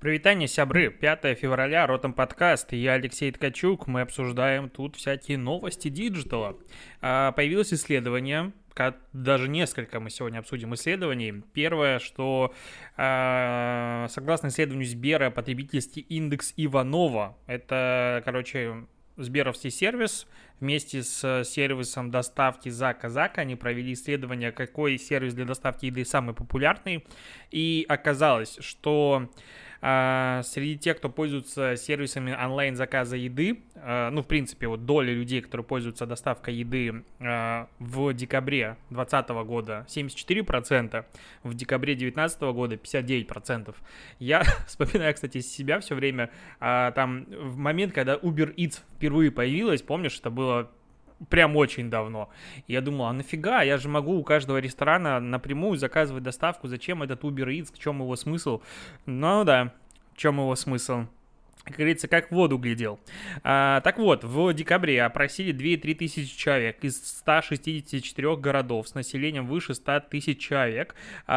Привитание, сябры. 5 февраля, Ротом подкаст. Я Алексей Ткачук. Мы обсуждаем тут всякие новости диджитала. Появилось исследование, даже несколько мы сегодня обсудим исследований. Первое, что согласно исследованию Сбера, потребительский индекс Иванова, это, сберовский сервис, вместе с сервисом доставки Зака, они провели исследование, какой сервис для доставки еды самый популярный. И оказалось, что среди тех, кто пользуется сервисами онлайн-заказа еды, в принципе, вот доля людей, которые пользуются доставкой еды в декабре 2020 года 74%, в декабре 2019 года 59%. Я вспоминаю, кстати, себя все время, там, в момент, когда Uber Eats впервые появилась, помнишь, это было прям очень давно. И я думал, а нафига? Я же могу у каждого ресторана напрямую заказывать доставку. Зачем этот Uber Eats? В чем его смысл? Ну да, в чем его смысл? Как говорится, как в воду глядел. Так вот, в декабре опросили 2,3 тысячи человек из 164 городов с населением выше 100 тысяч человек.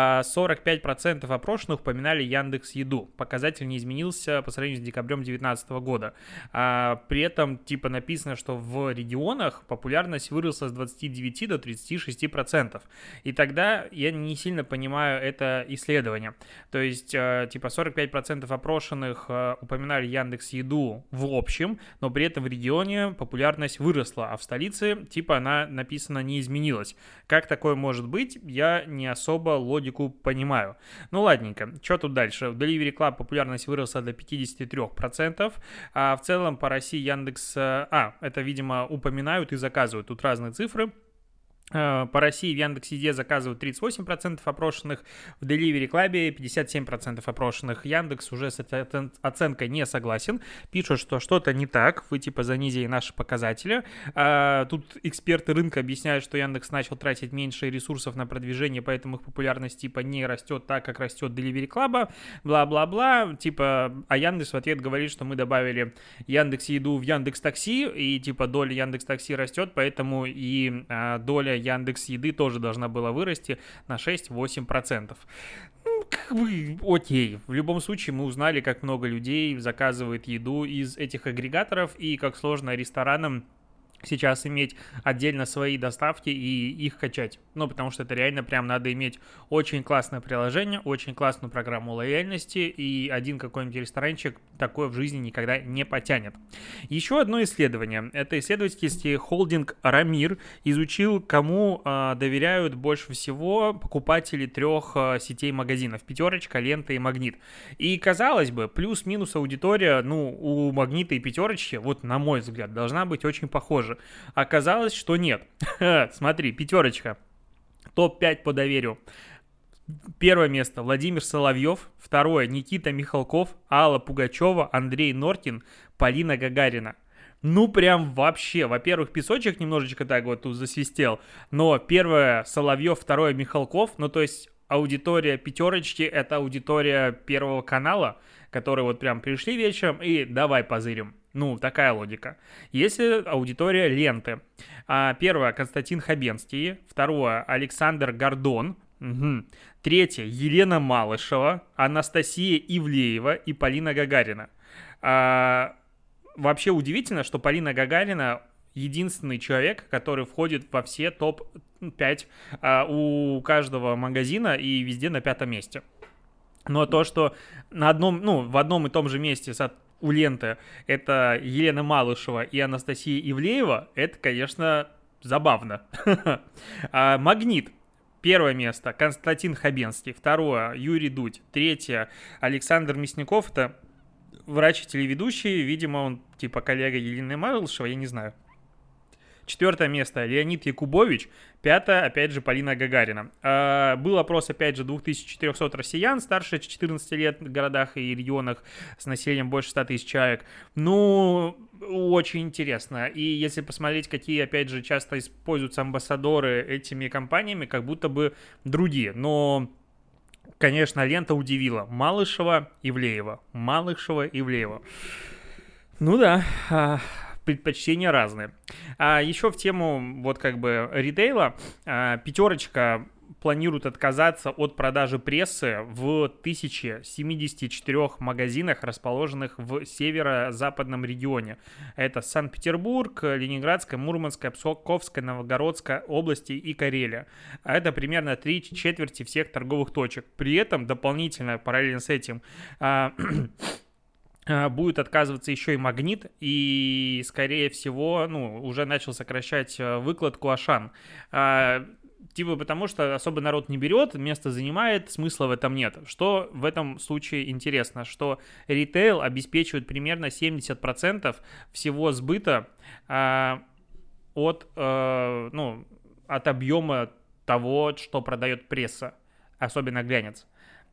45% опрошенных упоминали Яндекс.Еду. Показатель не изменился по сравнению с декабрем 2019 года. При этом, написано, что в регионах популярность выросла с 29 до 36%. И тогда я не сильно понимаю это исследование. То есть, 45% опрошенных упоминали Яндекс.Еду в общем, но при этом в регионе популярность выросла, а в столице, она написано, не изменилась. Как такое может быть, я не особо логику понимаю. Ну ладненько, что тут дальше? В Delivery Club популярность выросла до 53%, а в целом по России Яндекс... это, видимо, упоминают и заказывают, тут разные цифры. По России в Яндекс.Еде заказывают 38% опрошенных, в Delivery Club 57% опрошенных. Яндекс уже с этой оценкой не согласен, пишут, что что-то не так, вы занизили наши показатели. Тут эксперты рынка объясняют, что Яндекс начал тратить меньше ресурсов на продвижение, поэтому их популярность не растет так, как растет Delivery Club, бла-бла-бла. А Яндекс в ответ говорит, что мы добавили Яндекс.Еду в Яндекс.Такси, и доля Яндекс.Такси растет, поэтому и доля Яндекс.Еды тоже должна была вырасти на 6-8%. Окей. В любом случае мы узнали, как много людей заказывает еду из этих агрегаторов и как сложно ресторанам сейчас иметь отдельно свои доставки и их качать. Потому что это реально прям надо иметь очень классное приложение, очень классную программу лояльности, и один какой-нибудь ресторанчик такое в жизни никогда не потянет. Еще одно исследование. Это исследовательский холдинг Рамир изучил, кому доверяют больше всего покупатели 3 сетей магазинов: Пятерочка, Лента и Магнит. И, казалось бы, плюс-минус аудитория, у Магнита и Пятерочки, на мой взгляд, должна быть очень похожа. Оказалось, что нет. Смотри, Пятерочка. Топ-5 по доверию. Первое место Владимир Соловьев. Второе Никита Михалков, Алла Пугачева, Андрей Норкин, Полина Гагарина. Прям вообще. Во-первых, песочек немножечко так тут засвистел. Но первое Соловьев, второе Михалков. То есть аудитория Пятерочки — это аудитория Первого канала, которые прям пришли вечером и давай позырим. Такая логика. Если аудитория Ленты. Первое Константин Хабенский. Второе Александр Гордон. Третье Елена Малышева, Анастасия Ивлеева и Полина Гагарина. Вообще удивительно, что Полина Гагарина единственный человек, который входит во все топ-5 у каждого магазина и везде на 5-м месте. Но то, что в одном и том же месте у Ленты это Елена Малышева и Анастасия Ивлеева, это, конечно, забавно. Магнит. Первое место Константин Хабенский. Второе Юрий Дудь. Третье Александр Мясников. Это врач и телеведущий. Видимо, он коллега Елены Малышевой, я не знаю. Четвертое место Леонид Якубович. Пятое, опять же, Полина Гагарина. Был опрос, опять же, 2400 россиян старше 14 лет в городах и регионах с населением больше 100 тысяч человек. Очень интересно. И если посмотреть, какие, опять же, часто используются амбассадоры этими компаниями, как будто бы другие. Но, конечно, Лента удивила. Малышева, Ивлеева. Предпочтения разные. Еще в тему ритейла. Пятерочка планируют отказаться от продажи прессы в 1074 магазинах, расположенных в северо-западном регионе. Это Санкт-Петербург, Ленинградская, Мурманская, Псковская, Новгородская области и Карелия. А это примерно 3/4 всех торговых точек. При этом дополнительно, параллельно с этим, будет отказываться еще и Магнит, и, скорее всего, уже начал сокращать выкладку Ашан. Типа потому, что особо народ не берет, место занимает, смысла в этом нет. Что в этом случае интересно, что ритейл обеспечивает примерно 70% всего сбыта от объема того, что продает пресса, особенно глянец.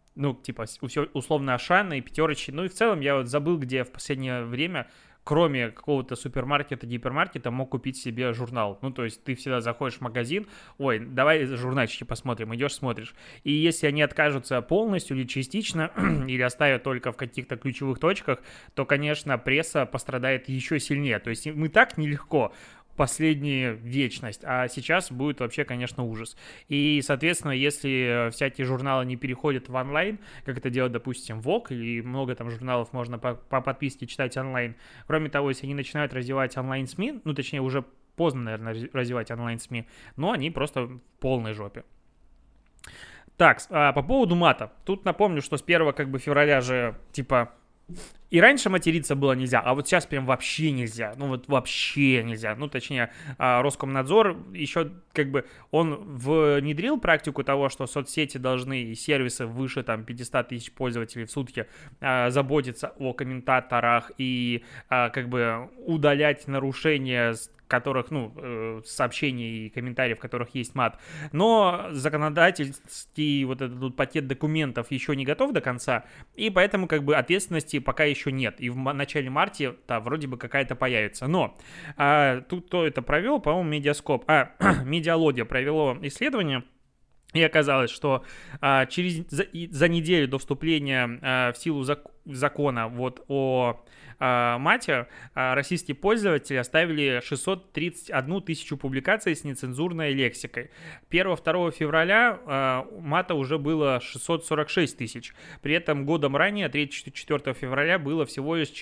Условно Ашан и пятерочки. И в целом я вот забыл, где в последнее время, кроме какого-то супермаркета, гипермаркета, мог купить себе журнал. То есть ты всегда заходишь в магазин, ой, давай журнальчики посмотрим, идешь, смотришь. И если они откажутся полностью или частично, или оставят только в каких-то ключевых точках, то, конечно, пресса пострадает еще сильнее. То есть мы так нелегко последняя вечность, а сейчас будет вообще, конечно, ужас. И, соответственно, если всякие журналы не переходят в онлайн, как это делает, допустим, Vogue, или много там журналов можно по подписке читать онлайн, кроме того, если они начинают развивать онлайн-СМИ, точнее, уже поздно, наверное, развивать онлайн-СМИ, но они просто в полной жопе. Так, по поводу мата. Тут напомню, что с 1 февраля же, и раньше материться было нельзя, а вот сейчас прям вообще нельзя. Вообще нельзя. Точнее, Роскомнадзор еще он внедрил практику того, что соцсети должны и сервисы выше 500 тысяч пользователей в сутки заботиться о комментаторах и удалять нарушения, которых, сообщений и комментариев, в которых есть мат. Но законодательский вот этот пакет документов еще не готов до конца, и поэтому ответственности пока еще нет. И в начале марта вроде бы какая-то появится. Но тут кто это провел, по-моему, Медиалогия провело исследование. И оказалось, что за неделю до вступления в силу закона о мате российские пользователи оставили 631 тысячу публикаций с нецензурной лексикой. 1-2 февраля мата уже было 646 тысяч. При этом годом ранее, 3-4 февраля, было всего лишь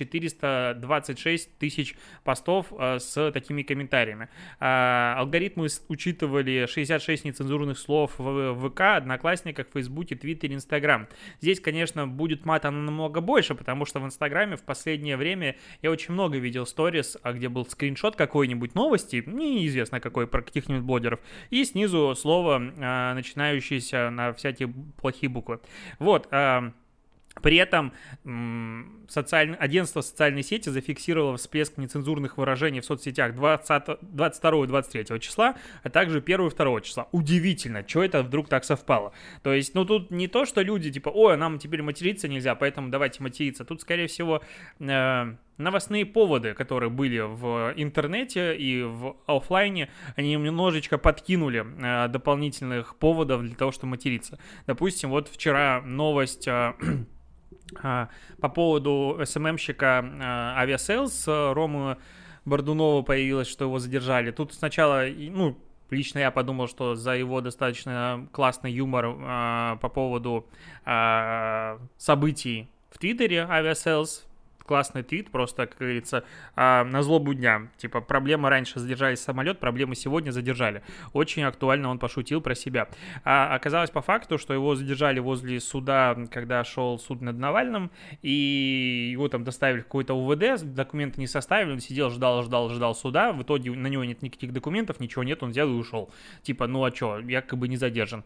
426 тысяч постов с такими комментариями. Алгоритмы учитывали 66 нецензурных слов в ВК, Одноклассниках, Фейсбуке, Твиттере, Инстаграм. Здесь, конечно, будет мата намного больше, потому что в Инстаграме в последнее время я очень много видел сторис, где был скриншот какой-нибудь новости, неизвестно какой, про каких-нибудь блогеров, и снизу слово, начинающееся на всякие плохие буквы. При этом агентство социальной сети зафиксировало всплеск нецензурных выражений в соцсетях 22 и 23 числа, а также 1 и 2 числа. Удивительно, что это вдруг так совпало. То есть, тут не то, что люди нам теперь материться нельзя, поэтому давайте материться. Тут, скорее всего, новостные поводы, которые были в интернете и в офлайне, они немножечко подкинули дополнительных поводов для того, чтобы материться. Допустим, вчера новость по поводу СММщика Aviasales Ромы Бордунова появилась, что его задержали. Тут сначала, лично я подумал, что за его достаточно классный юмор по поводу событий в Твиттере Aviasales. Классный твит, просто, как говорится, на злобу дня. Проблема раньше задержали самолет, проблемы сегодня задержали. Очень актуально он пошутил про себя. Оказалось по факту, что его задержали возле суда, когда шел суд над Навальным, и его там доставили в какой-то УВД, документы не составили, он сидел, ждал суда, в итоге на него нет никаких документов, ничего нет, он взял и ушел. Якобы не задержан.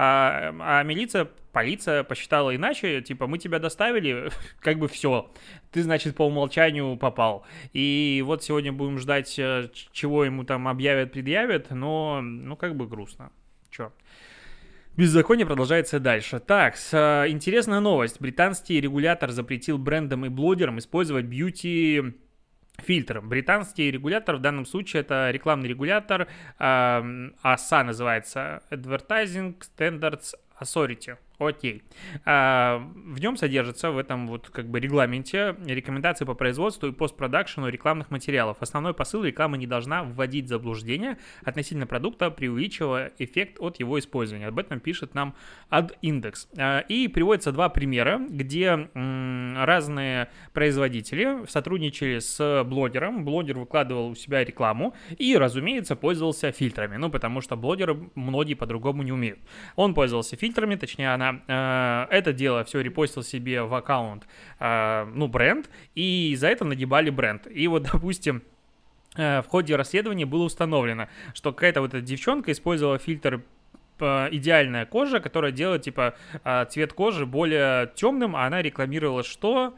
Полиция посчитала иначе, мы тебя доставили, все, ты, значит, по умолчанию попал. И сегодня будем ждать, чего ему там объявят, предъявят, но, грустно. Беззаконие продолжается дальше. Так, интересная новость. Британский регулятор запретил брендам и блогерам использовать бьюти-фильтр. Британский регулятор, в данном случае это рекламный регулятор, ASA называется, Advertising Standards Authority. Окей. В нем содержится, в этом вот как бы регламенте, рекомендации по производству и постпродакшену рекламных материалов. Основной посыл: реклама не должна вводить в заблуждение относительно продукта, преувеличивая эффект от его использования. Об этом пишет нам AdIndex. И приводятся два примера, где разные производители сотрудничали с блогером. Блогер выкладывал у себя рекламу и, разумеется, пользовался фильтрами. Ну, потому что блогеры многие по-другому не умеют. Он пользовался фильтрами, точнее, она это дело все репостил себе в аккаунт, бренд, и за это нагибали бренд. И вот, допустим, в ходе расследования было установлено, что какая-то вот эта девчонка использовала фильтр идеальная кожа, которая делает, типа, цвет кожи более темным, а она рекламировала что?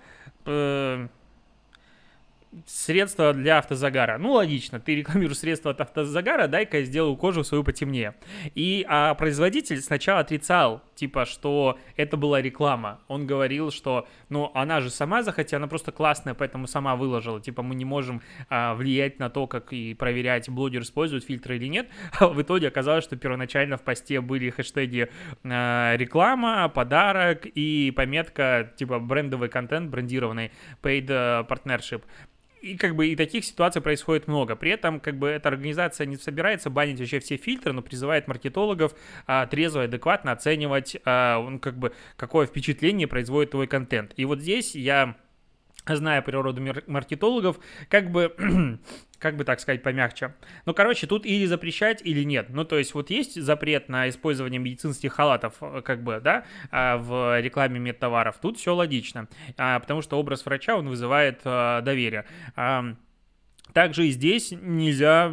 Средство для автозагара. Ну, логично, ты рекламируешь средство от автозагара, дай-ка я сделаю кожу свою потемнее. А производитель сначала отрицал, типа, что это была реклама. Он говорил, что, она же сама захотела, она просто классная, поэтому сама выложила. Типа, мы не можем влиять на то, как и проверять, блогер использует фильтры или нет. А в итоге оказалось, что первоначально в посте были хэштеги реклама, подарок и пометка, типа, брендовый контент, брендированный, paid partnership. И как бы и таких ситуаций происходит много. При этом как бы эта организация не собирается банить вообще все фильтры, но призывает маркетологов трезво и адекватно оценивать, как бы какое впечатление производит твой контент. И вот здесь я, зная природу маркетологов, как бы так сказать, помягче. Тут или запрещать, или нет. То есть вот есть запрет на использование медицинских халатов, как бы, да, в рекламе медтоваров. Тут все логично, потому что образ врача, он вызывает доверие. Также и здесь нельзя,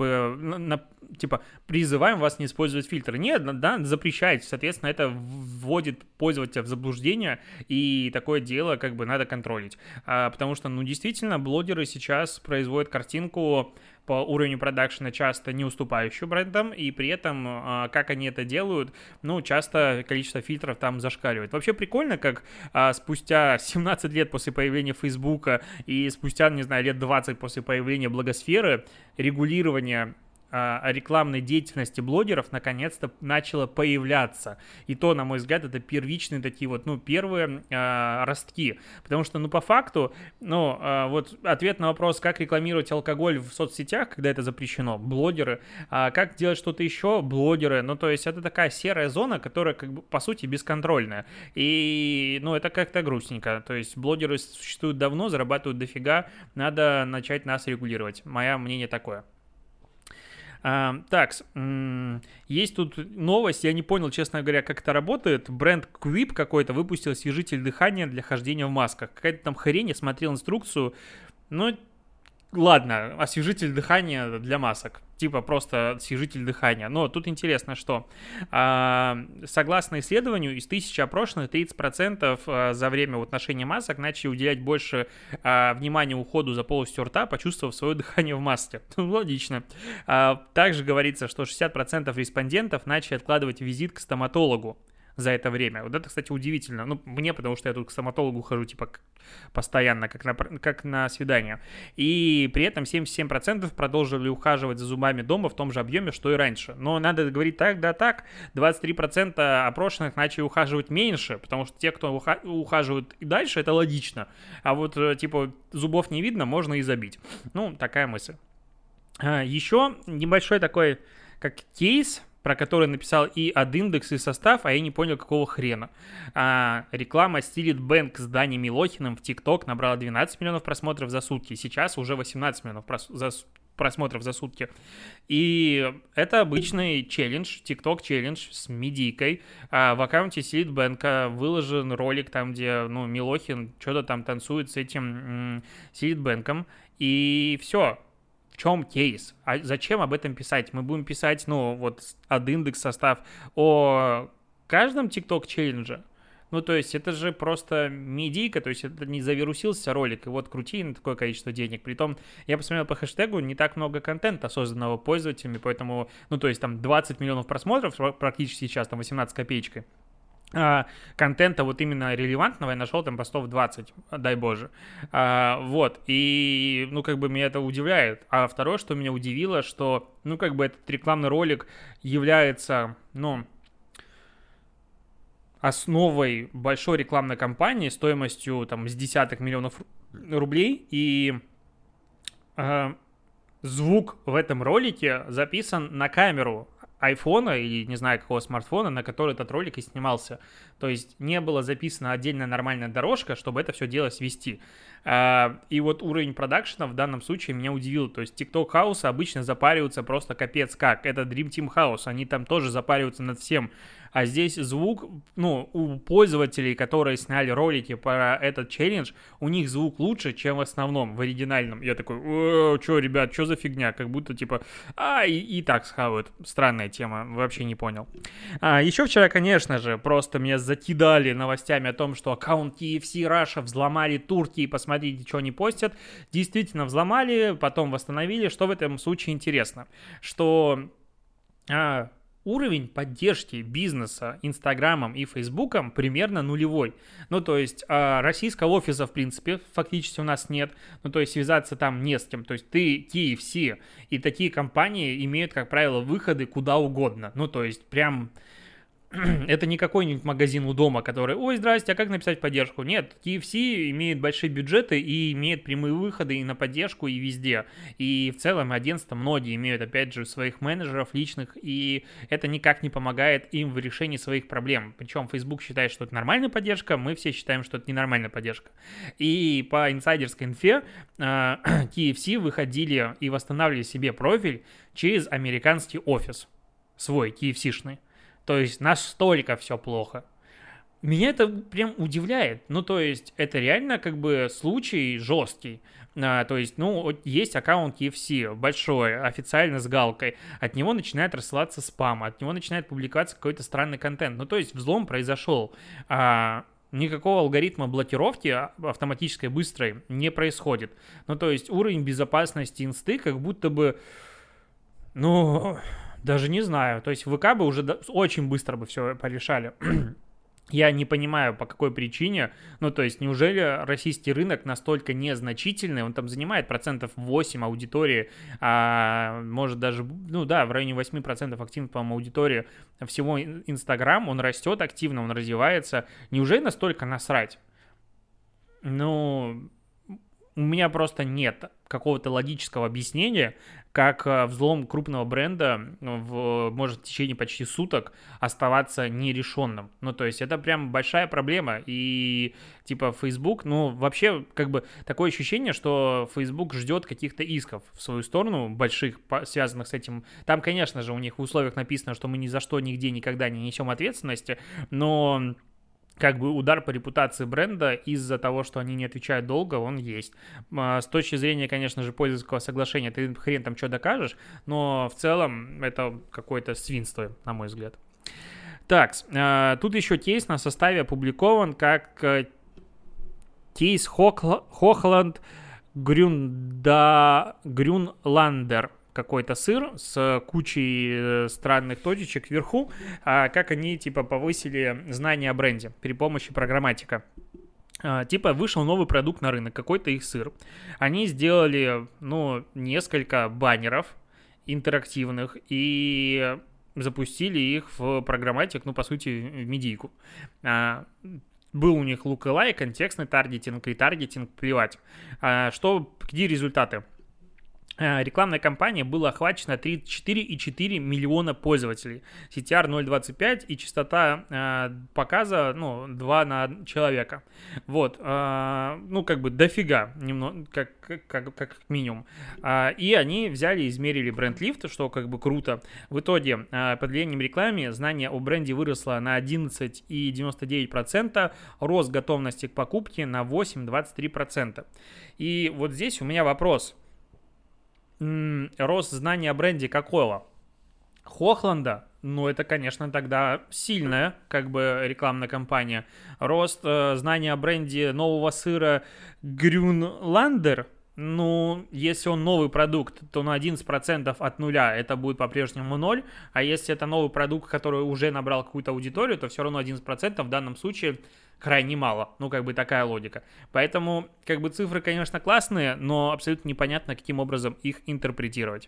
призываем вас не использовать фильтры. Нет, да, запрещайте. Соответственно, это вводит пользователя в заблуждение, и такое дело как бы надо контролить. Потому что, действительно, блогеры сейчас производят картинку по уровню продакшена часто не уступающую брендам, и при этом, как они это делают, часто количество фильтров там зашкаливает. Вообще прикольно, как спустя 17 лет после появления Фейсбука и спустя, не знаю, лет 20 после появления блогосферы, регулирование рекламной деятельности блогеров наконец-то начало появляться. И то, на мой взгляд, это первичные такие вот, первые ростки. Потому что, по факту, вот ответ на вопрос, как рекламировать алкоголь в соцсетях, когда это запрещено, блогеры, как делать что-то еще, блогеры. То есть это такая серая зона, которая, как бы, по сути, бесконтрольная. И, это как-то грустненько. То есть блогеры существуют давно, зарабатывают дофига, надо начать нас регулировать. Мое мнение такое. Есть тут новость, я не понял, честно говоря, как это работает. Бренд Quip какой-то выпустил освежитель дыхания для хождения в масках. Какая-то там хрень, я смотрел инструкцию, ладно, освежитель дыхания для масок. Типа просто освежитель дыхания. Но тут интересно, что согласно исследованию, из 1000 опрошенных 30% за время вот ношения масок начали уделять больше внимания уходу за полостью рта, почувствовав свое дыхание в маске. Логично. Также говорится, что 60% респондентов начали откладывать визит к стоматологу за это время. Вот это, кстати, удивительно. Мне, потому что я тут к стоматологу хожу, типа, постоянно, как на свидание. И при этом 77% продолжили ухаживать за зубами дома в том же объеме, что и раньше. Но надо говорить так, да так. 23% опрошенных начали ухаживать меньше, потому что те, кто ухаживают и дальше, это логично. А вот, типа, зубов не видно, можно и забить. Такая мысль. Еще небольшой такой, как кейс, про который написал и AdIndex, и Состав, а я не понял, какого хрена. Реклама Stealed Bank с Даней Милохиным в TikTok набрала 12 миллионов просмотров за сутки. Сейчас уже 18 миллионов просмотров за сутки. И это обычный челлендж, TikTok челлендж с медийкой. В аккаунте Stealed Bank выложен ролик там, где Милохин что-то там танцует с этим Stealed Bank'ом. И все. В чем кейс? А зачем об этом писать? Мы будем писать, AdIndex, Состав о каждом TikTok-челлендже. То есть это же просто медийка, то есть это не завирусился ролик, и вот крути на такое количество денег. Притом, я посмотрел по хэштегу, не так много контента, созданного пользователями, поэтому, то есть там 20 миллионов просмотров практически сейчас, там 18 копеечкой. Контента вот именно релевантного я нашел там постов 20, дай боже. И, меня это удивляет. А второе, что меня удивило, что, этот рекламный ролик является, основой большой рекламной кампании стоимостью там с десяток миллионов рублей, и звук в этом ролике записан на камеру айфона или не знаю какого смартфона, на который этот ролик и снимался. То есть не было записана отдельная нормальная дорожка, чтобы это все дело свести. И вот уровень продакшена в данном случае меня удивил. То есть TikTok House обычно запариваются просто капец как. Это Dream Team House, они там тоже запариваются над всем. А здесь звук, ну, у пользователей, которые сняли ролики про этот челлендж, у них звук лучше, чем в основном, в оригинальном. Я такой, что, ребят, что за фигня? Как будто, типа, и так схавают. Странная тема, вообще не понял. Еще вчера, конечно же, просто меня закидали новостями о том, что аккаунт KFC Russia взломали турки, и посмотрите, что они постят. Действительно взломали, потом восстановили. Что в этом случае интересно? Что... уровень поддержки бизнеса Инстаграмом и Фейсбуком примерно нулевой. Ну, то есть, российского офиса, в принципе, фактически у нас нет. Ну, то есть, связаться там не с кем. То есть, ты KFC, и такие компании имеют, как правило, выходы куда угодно. Ну, то есть, прям... Это не какой-нибудь магазин у дома, который, ой, здрасте, а как написать поддержку? Нет, KFC имеет большие бюджеты и имеет прямые выходы и на поддержку, и везде. И в целом агентства многие имеют, опять же, своих менеджеров личных, и это никак не помогает им в решении своих проблем. Причем Facebook считает, что это нормальная поддержка, мы все считаем, что это ненормальная поддержка. И по инсайдерской инфе KFC выходили и восстанавливали себе профиль через американский офис, свой, KFC-шный. То есть настолько все плохо. Меня это прям удивляет. Ну, то есть это реально как бы случай жесткий. То есть, ну, есть аккаунт KFC большой, официально с галкой. От него начинает рассылаться спам, от него начинает публиковаться какой-то странный контент. Ну, то есть взлом произошел. Никакого алгоритма блокировки автоматической быстрой не происходит. Ну, то есть уровень безопасности инсты как будто бы, ну... Даже не знаю. То есть ВК бы уже очень быстро бы все порешали. Я не понимаю, по какой причине. Ну, то есть, неужели российский рынок настолько незначительный? Он там занимает 8% аудитории, может даже, ну да, в районе 8% активной, по-моему, аудитории всего Инстаграм. Он растет активно, он развивается. Неужели настолько насрать? Ну... У меня просто нет какого-то логического объяснения, как взлом крупного бренда может в течение почти суток оставаться нерешенным. Ну, то есть это прям большая проблема. И типа Facebook, ну, вообще как бы такое ощущение, что Facebook ждет каких-то исков в свою сторону, больших, связанных с этим. Там, конечно же, у них в условиях написано, что мы ни за что, нигде, никогда не несем ответственности, но... Как бы удар по репутации бренда из-за того, что они не отвечают долго, он есть. С точки зрения, конечно же, пользовательского соглашения, ты хрен там что докажешь, но в целом это какое-то свинство, на мой взгляд. Так, тут еще кейс на составе опубликован как кейс Хохланд Грюнландер. Какой-то сыр с кучей странных точечек вверху, как они, типа, повысили знания о бренде при помощи программатика. Типа, вышел новый продукт на рынок, какой-то их сыр. Они сделали, ну, несколько баннеров интерактивных и запустили их в программатик, ну, по сути, в медийку. Был у них lookalike, контекстный таргетинг, ретаргетинг, плевать. Какие результаты? Рекламная кампания была охвачена 34,4 миллиона пользователей. CTR 0.25 и частота показа, ну, 2 на человека. Вот, ну, как бы дофига, немного, как минимум. И они взяли и измерили бренд-лифт, что как бы круто. В итоге, под влиянием рекламы знание о бренде выросло на 11,99%, рост готовности к покупке на 8,23%. И вот здесь у меня вопрос. Рост знания о бренде какого? Хохланда? Ну, это, конечно, тогда сильная, как бы, рекламная кампания. Рост знания о бренде нового сыра Грюнландер? Ну, если он новый продукт, то на 11% от нуля это будет по-прежнему 0. А если это новый продукт, который уже набрал какую-то аудиторию, то все равно 11% в данном случае крайне мало. Ну, как бы такая логика. Поэтому, как бы цифры, конечно, классные, но абсолютно непонятно, каким образом их интерпретировать.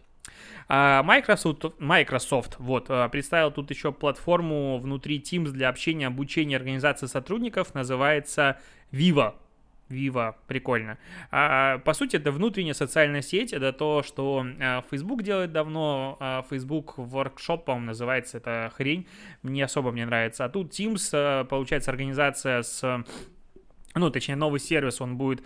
Microsoft представил тут еще платформу внутри Teams для общения, обучения, организации сотрудников, называется Viva. Viva, прикольно. По сути, это внутренняя социальная сеть, это то, что Facebook делает давно, Facebook Workshop, по-моему, называется эта хрень, не особо мне нравится. А тут Teams, получается, организация точнее, новый сервис, он будет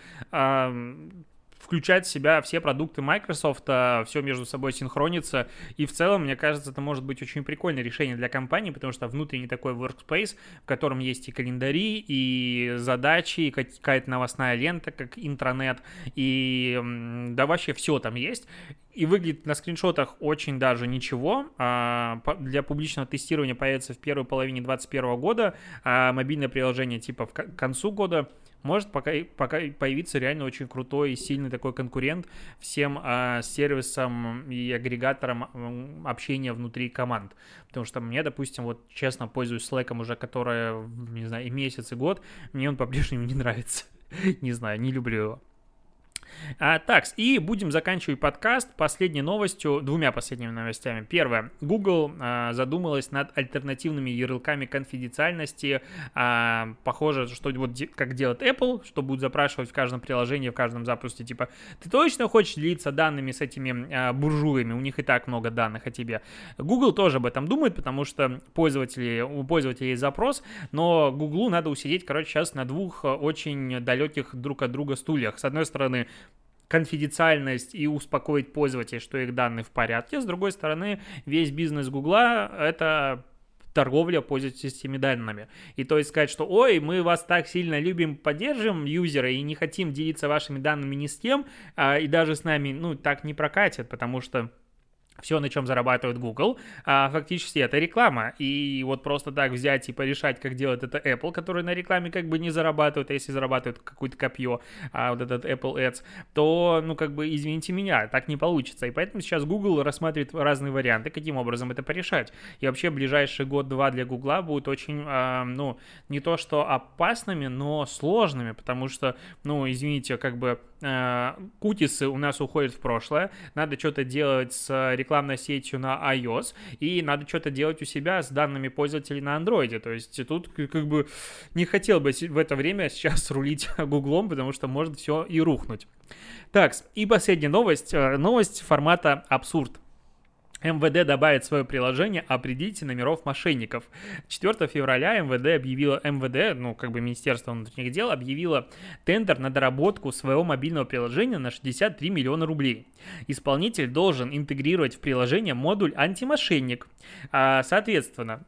включать в себя все продукты Microsoft, все между собой синхронится, и в целом, мне кажется, это может быть очень прикольное решение для компании, потому что внутренний такой workspace, в котором есть и календари, и задачи, и какая-то новостная лента, как интранет, и да вообще все там есть, и выглядит на скриншотах очень даже ничего. Для публичного тестирования появится в первой половине 2021 года, мобильное приложение типа к концу года. Может пока появиться реально очень крутой и сильный такой конкурент всем сервисам и агрегаторам общения внутри команд. Потому что мне, допустим, вот честно пользуюсь Slack'ом уже, которая, не знаю, и месяц, и год, мне он по-прежнему не нравится. Не знаю, не люблю его. Так, и будем заканчивать подкаст двумя последними новостями. Первое. Google задумалась над альтернативными ярлыками конфиденциальности. Похоже, что вот как делает Apple, что будет запрашивать в каждом приложении, в каждом запуске, типа, ты точно хочешь делиться данными с этими буржуями? У них и так много данных о тебе. Google тоже об этом думает, потому что у пользователей есть запрос, но Google надо усидеть, сейчас на двух очень далеких друг от друга стульях. С одной стороны, конфиденциальность и успокоить пользователей, что их данные в порядке. С другой стороны, весь бизнес Гугла — это торговля пользовательскими данными. И то есть сказать, что ой, мы вас так сильно любим, поддержим юзера и не хотим делиться вашими данными ни с кем, и даже с нами, так не прокатит, потому что все, на чем зарабатывает Google, фактически это реклама. И вот просто так взять и порешать, как делает это Apple, который на рекламе как бы не зарабатывает, а если зарабатывает какое-то копье, вот этот Apple Ads, то, извините меня, так не получится. И поэтому сейчас Google рассматривает разные варианты, каким образом это порешать. И вообще ближайший год-два для Google будет очень, не то что опасными, но сложными, потому что, извините, кутисы у нас уходят в прошлое, надо что-то делать с рекламной сетью на iOS, и надо что-то делать у себя с данными пользователей на Android, то есть тут не хотел бы в это время сейчас рулить Гуглом, потому что может все и рухнуть. Так, и последняя новость формата абсурд. МВД добавит в свое приложение «Определите номеров мошенников». 4 февраля Министерство внутренних дел объявило тендер на доработку своего мобильного приложения на 63 миллиона рублей. Исполнитель должен интегрировать в приложение модуль «Антимошенник». Соответственно,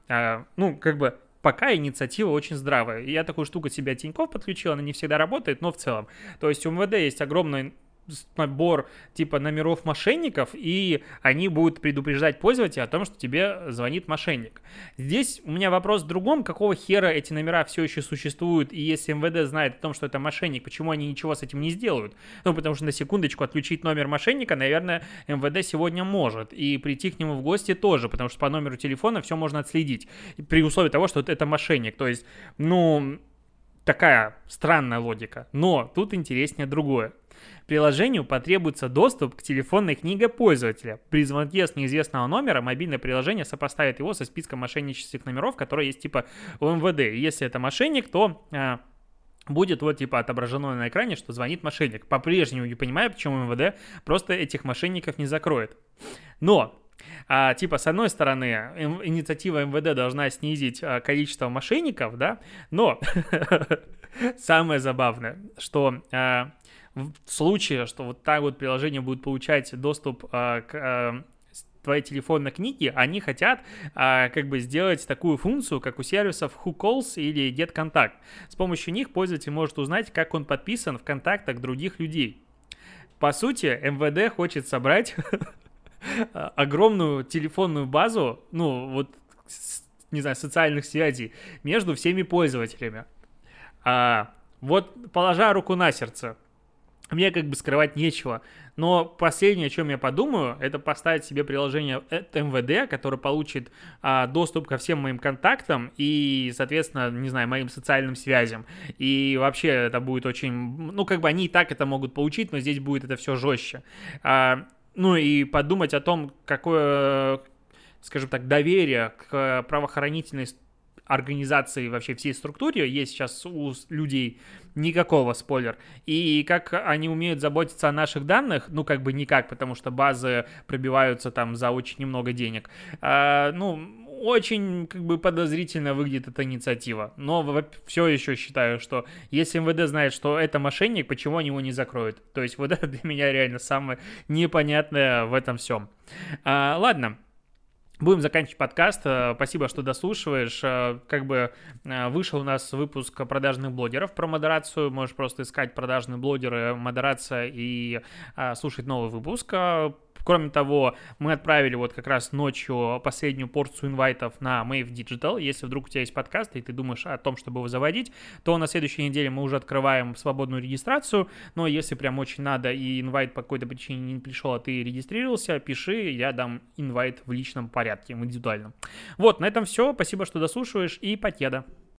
пока инициатива очень здравая. Я такую штуку от себя Тинькофф подключил, она не всегда работает, но в целом. То есть у МВД есть огромный набор типа номеров мошенников, и они будут предупреждать пользователя о том, что тебе звонит мошенник. Здесь у меня вопрос в другом: какого хера эти номера все еще существуют, и если МВД знает о том, что это мошенник, почему они ничего с этим не сделают? Потому что, на секундочку, отключить номер мошенника, наверное, МВД сегодня может, и прийти к нему в гости тоже, потому что по номеру телефона все можно отследить, при условии того, что это мошенник. То есть, такая странная логика. Но тут интереснее другое. Приложению потребуется доступ к телефонной книге пользователя. При звонке с неизвестного номера мобильное приложение сопоставит его со списком мошеннических номеров, которые есть у МВД. И если это мошенник, то будет отображено на экране, что звонит мошенник. По-прежнему не понимаю, почему МВД просто этих мошенников не закроет. Но с одной стороны, инициатива МВД должна снизить количество мошенников, да, но самое забавное, что в случае, что вот так вот приложение будет получать доступ к твоей телефонной книге, они хотят сделать такую функцию, как у сервисов WhoCalls или GetContact. С помощью них пользователь может узнать, как он подписан в контактах других людей. По сути, МВД хочет собрать огромную телефонную базу, социальных связей между всеми пользователями. Вот, положа руку на сердце, мне как бы скрывать нечего. Но последнее, о чем я подумаю, это поставить себе приложение от МВД, которое получит доступ ко всем моим контактам и, соответственно, не знаю, моим социальным связям. И вообще это будет очень... Ну, как бы они и так это могут получить, но здесь будет это все жестче. Ну и подумать о том, какое, скажем так, доверие к правоохранительной организации, вообще всей структуре есть сейчас у людей, никакого, спойлер. И как они умеют заботиться о наших данных, ну, как бы никак, потому что базы пробиваются там за очень немного денег. Ну, очень, как бы, подозрительно выглядит эта инициатива. Но все еще считаю, что если МВД знает, что это мошенник, почему они его не закроют? То есть вот это для меня реально самое непонятное в этом всем. Ладно. Будем заканчивать подкаст. Спасибо, что дослушиваешь. Как бы вышел у нас выпуск продажных блогеров про модерацию. Можешь просто искать продажные блогеры, модерация и слушать новый выпуск. Кроме того, мы отправили вот как раз ночью последнюю порцию инвайтов на Mave Digital. Если вдруг у тебя есть подкаст, и ты думаешь о том, чтобы его заводить, то на следующей неделе мы уже открываем свободную регистрацию. Но если прям очень надо и инвайт по какой-то причине не пришел, а ты регистрировался, пиши, я дам инвайт в личном порядке, в индивидуальном. Вот, на этом все. Спасибо, что дослушиваешь, и покеда.